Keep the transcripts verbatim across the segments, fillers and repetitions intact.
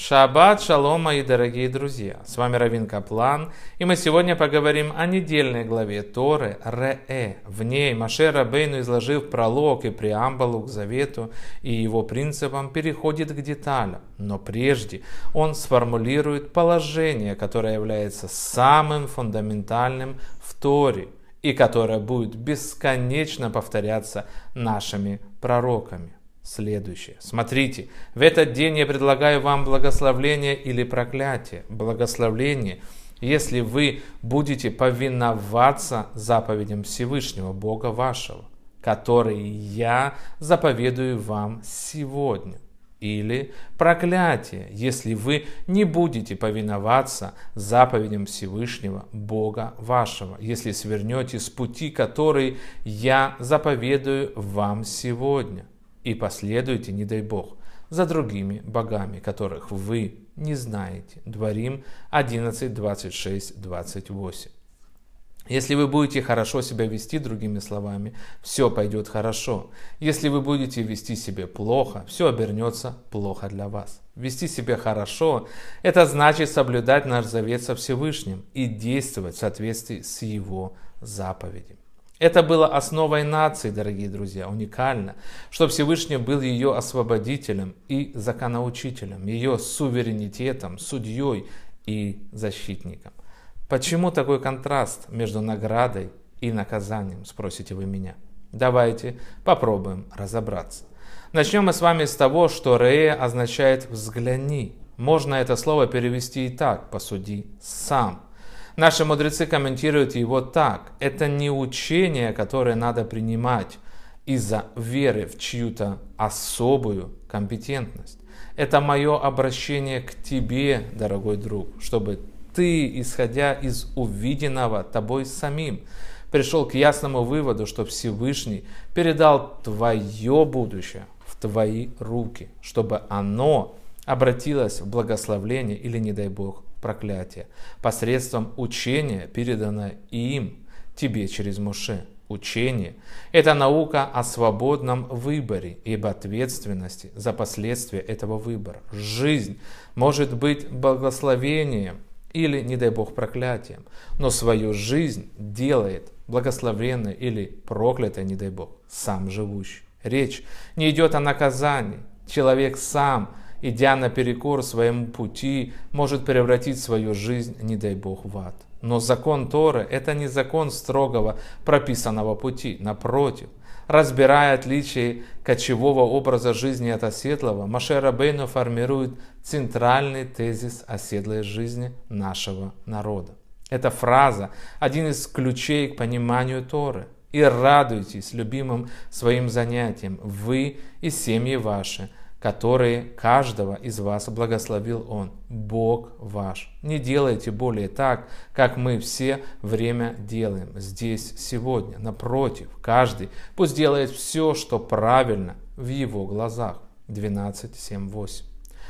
Шаббат шалом, мои дорогие друзья! С вами Равин Каплан, и мы сегодня поговорим о недельной главе Торы Ре. В ней Моше Рабейну, изложив пролог и преамбулу к завету и его принципам, переходит к деталям. Но прежде он сформулирует положение, которое является самым фундаментальным в Торе и которое будет бесконечно повторяться нашими пророками. Следующее. Смотрите, в этот день я предлагаю вам благословление или проклятие. Благословление, если вы будете повиноваться заповедям Всевышнего Бога вашего, которые я заповедую вам сегодня. Или проклятие, если вы не будете повиноваться заповедям Всевышнего Бога вашего, если свернете с пути, который я заповедую вам сегодня. И последуйте, не дай Бог, за другими богами, которых вы не знаете. Дворим одиннадцать, двадцать шесть, двадцать восемь. Если вы будете хорошо себя вести, другими словами, все пойдет хорошо. Если вы будете вести себя плохо, все обернется плохо для вас. Вести себя хорошо – это значит соблюдать наш завет со Всевышним и действовать в соответствии с его заповедями. Это было основой нации, дорогие друзья, уникально, что Всевышний был ее освободителем и законоучителем, ее суверенитетом, судьей и защитником. Почему такой контраст между наградой и наказанием, спросите вы меня? Давайте попробуем разобраться. Начнем мы с вами с того, что «ре» означает «взгляни». Можно это слово перевести и так: «посуди сам». Наши мудрецы комментируют его так: это не учение, которое надо принимать из-за веры в чью-то особую компетентность. Это мое обращение к тебе, дорогой друг, чтобы ты, исходя из увиденного тобой самим, пришел к ясному выводу, что Всевышний передал твое будущее в твои руки, чтобы оно обратилось в благословление или, не дай Бог, проклятие, посредством учения, переданное им, тебе через Моше. Учение – это наука о свободном выборе и об ответственности за последствия этого выбора. Жизнь может быть благословением или, не дай Бог, проклятием, но свою жизнь делает благословенной или проклятой, не дай Бог, сам живущий. Речь не идет о наказании. Человек сам, идя наперекор своему пути, может превратить свою жизнь, не дай Бог, в ад. Но закон Торы – это не закон строгого прописанного пути. Напротив, разбирая отличия кочевого образа жизни от оседлого, Моше Рабейну формирует центральный тезис оседлой жизни нашего народа. Эта фраза – один из ключей к пониманию Торы. «И радуйтесь любимым своим занятием, вы и семьи ваши, которые каждого из вас благословил Он, Бог ваш. Не делайте более так, как мы все время делаем здесь сегодня. Напротив, каждый пусть делает все, что правильно в его глазах». двенадцать, семь, восемь.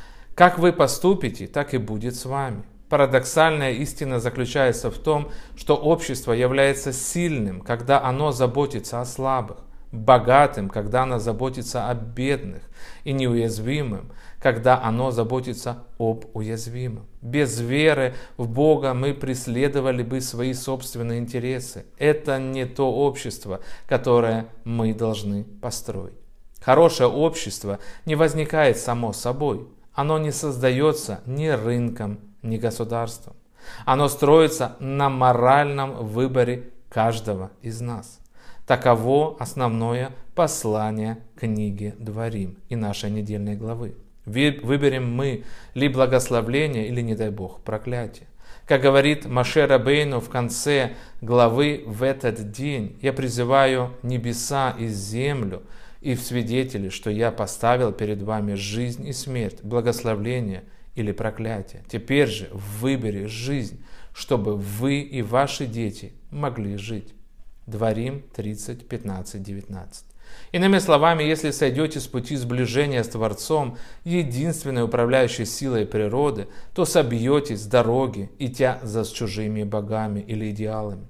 Как вы поступите, так и будет с вами. Парадоксальная истина заключается в том, что общество является сильным, когда оно заботится о слабых, богатым, когда оно заботится о бедных, и неуязвимым, когда оно заботится об уязвимом. Без веры в Бога мы преследовали бы свои собственные интересы. Это не то общество, которое мы должны построить. Хорошее общество не возникает само собой. Оно не создается ни рынком, ни государством. Оно строится на моральном выборе каждого из нас. Таково основное послание книги Дворим и нашей недельной главы. Выберем мы ли благословление или, не дай Бог, проклятие. Как говорит Моше Рабейну в конце главы: в этот день я призываю небеса и землю и в свидетели, что я поставил перед вами жизнь и смерть, благословление или проклятие. Теперь же выбери жизнь, чтобы вы и ваши дети могли жить. Дворим тридцать, пятнадцать, девятнадцать. Иными словами, если сойдете с пути сближения с Творцом, единственной управляющей силой природы, то собьетесь с дороги, идя за чужими богами или идеалами,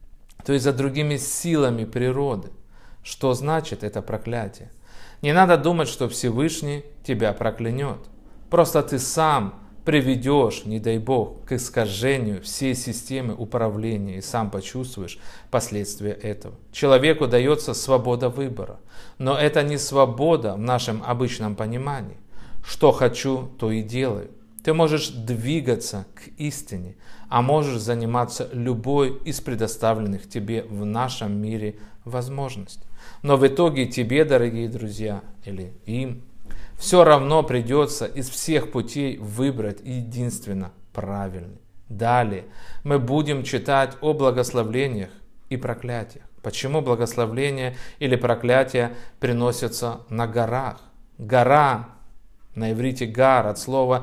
то есть за другими силами природы. Что значит это проклятие? Не надо думать, что Всевышний тебя проклянет. Просто ты сам приведешь, не дай Бог, к искажению всей системы управления и сам почувствуешь последствия этого. Человеку дается свобода выбора, но это не свобода в нашем обычном понимании. Что хочу, то и делаю. Ты можешь двигаться к истине, а можешь заниматься любой из предоставленных тебе в нашем мире возможностей. Но в итоге тебе, дорогие друзья, или им, все равно придется из всех путей выбрать единственно правильный. Далее мы будем читать о благословлениях и проклятиях. Почему благословления или проклятия приносятся на горах? Гора, на иврите гар, от слова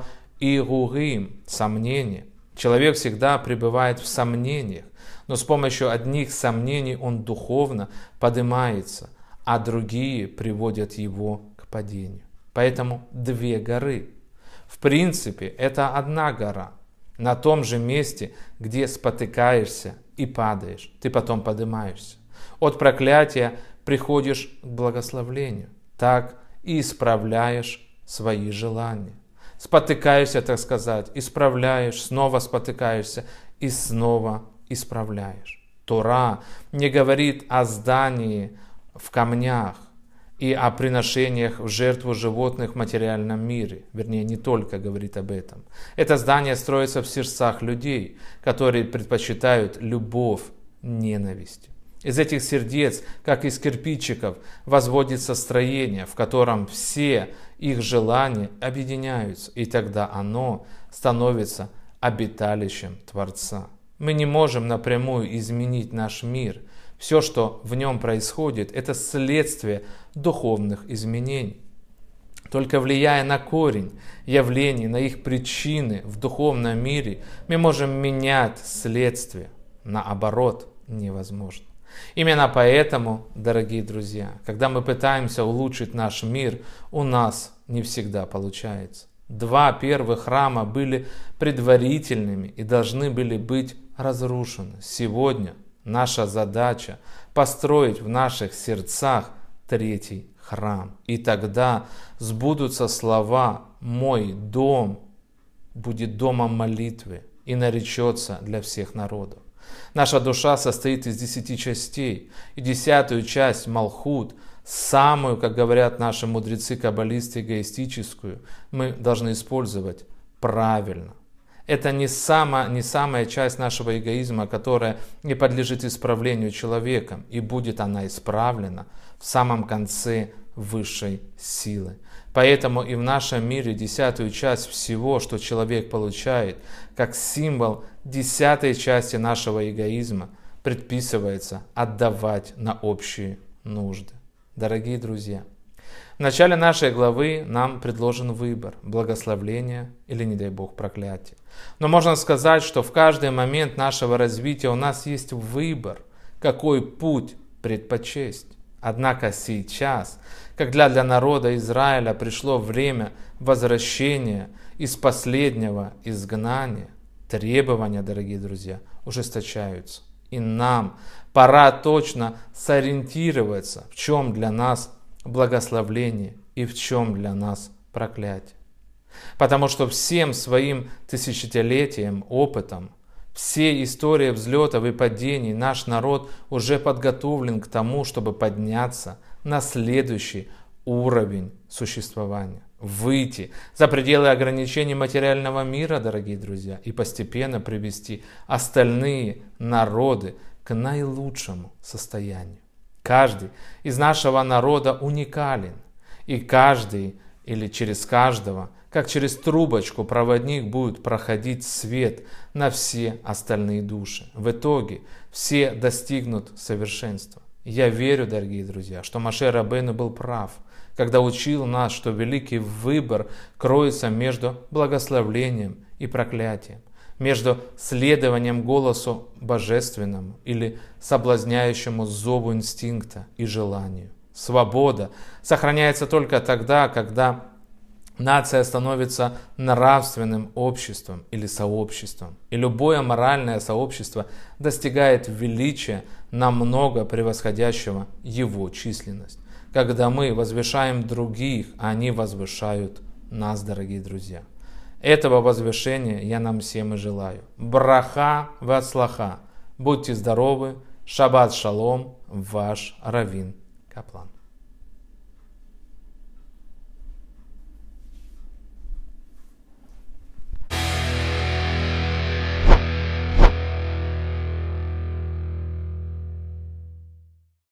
игугим, сомнение. Человек всегда пребывает в сомнениях, но с помощью одних сомнений он духовно поднимается, а другие приводят его к падению. Поэтому две горы. В принципе, это одна гора. На том же месте, где спотыкаешься и падаешь, ты потом поднимаешься. От проклятия приходишь к благословлению. Так и исправляешь свои желания. Спотыкаешься, так сказать, исправляешь, снова спотыкаешься и снова исправляешь. Тора не говорит о здании в камнях и о приношениях в жертву животных в материальном мире. Вернее, не только говорит об этом. Это здание строится в сердцах людей, которые предпочитают любовь ненавистью. Из этих сердец, как из кирпичиков, возводится строение, в котором все их желания объединяются, и тогда оно становится обиталищем Творца. Мы не можем напрямую изменить наш мир. Все, что в нем происходит, это следствие духовных изменений. Только влияя на корень явлений, на их причины в духовном мире, мы можем менять следствие. Наоборот, невозможно. Именно поэтому, дорогие друзья, когда мы пытаемся улучшить наш мир, у нас не всегда получается. Два первых храма были предварительными и должны были быть разрушены. Сегодня наша задача построить в наших сердцах третий храм. И тогда сбудутся слова «Мой дом будет домом молитвы и наречется для всех народов». Наша душа состоит из десяти частей, и десятую часть Малхут, самую, как говорят наши мудрецы-каббалисты, эгоистическую, мы должны использовать правильно. Это не, сама, не самая часть нашего эгоизма, которая не подлежит исправлению человеком, и будет она исправлена в самом конце высшей силы. Поэтому и в нашем мире десятую часть всего, что человек получает, как символ десятой части нашего эгоизма, предписывается отдавать на общие нужды. Дорогие друзья, в начале нашей главы нам предложен выбор – благословление или, не дай Бог, проклятие. Но можно сказать, что в каждый момент нашего развития у нас есть выбор, какой путь предпочесть. Однако сейчас, когда для народа Израиля пришло время возвращения из последнего изгнания, требования, дорогие друзья, ужесточаются. И нам пора точно сориентироваться, в чем для нас благословление и в чем для нас проклятие. Потому что всем своим тысячелетием, опытом, всей историей взлетов и падений наш народ уже подготовлен к тому, чтобы подняться на следующий уровень существования. Выйти за пределы ограничений материального мира, дорогие друзья, и постепенно привести остальные народы к наилучшему состоянию. Каждый из нашего народа уникален, и каждый или через каждого, как через трубочку, проводник будет проходить свет на все остальные души. В итоге все достигнут совершенства. Я верю, дорогие друзья, что Моше Рабейну был прав, когда учил нас, что великий выбор кроется между благословлением и проклятием, между следованием голосу божественному или соблазняющему зову инстинкта и желанию. Свобода сохраняется только тогда, когда нация становится нравственным обществом или сообществом. И любое моральное сообщество достигает величия, намного превосходящего его численность. Когда мы возвышаем других, а они возвышают нас, дорогие друзья. Этого возвышения я нам всем и желаю. Браха вацлаха. Будьте здоровы. Шаббат шалом. Ваш Равин Каплан.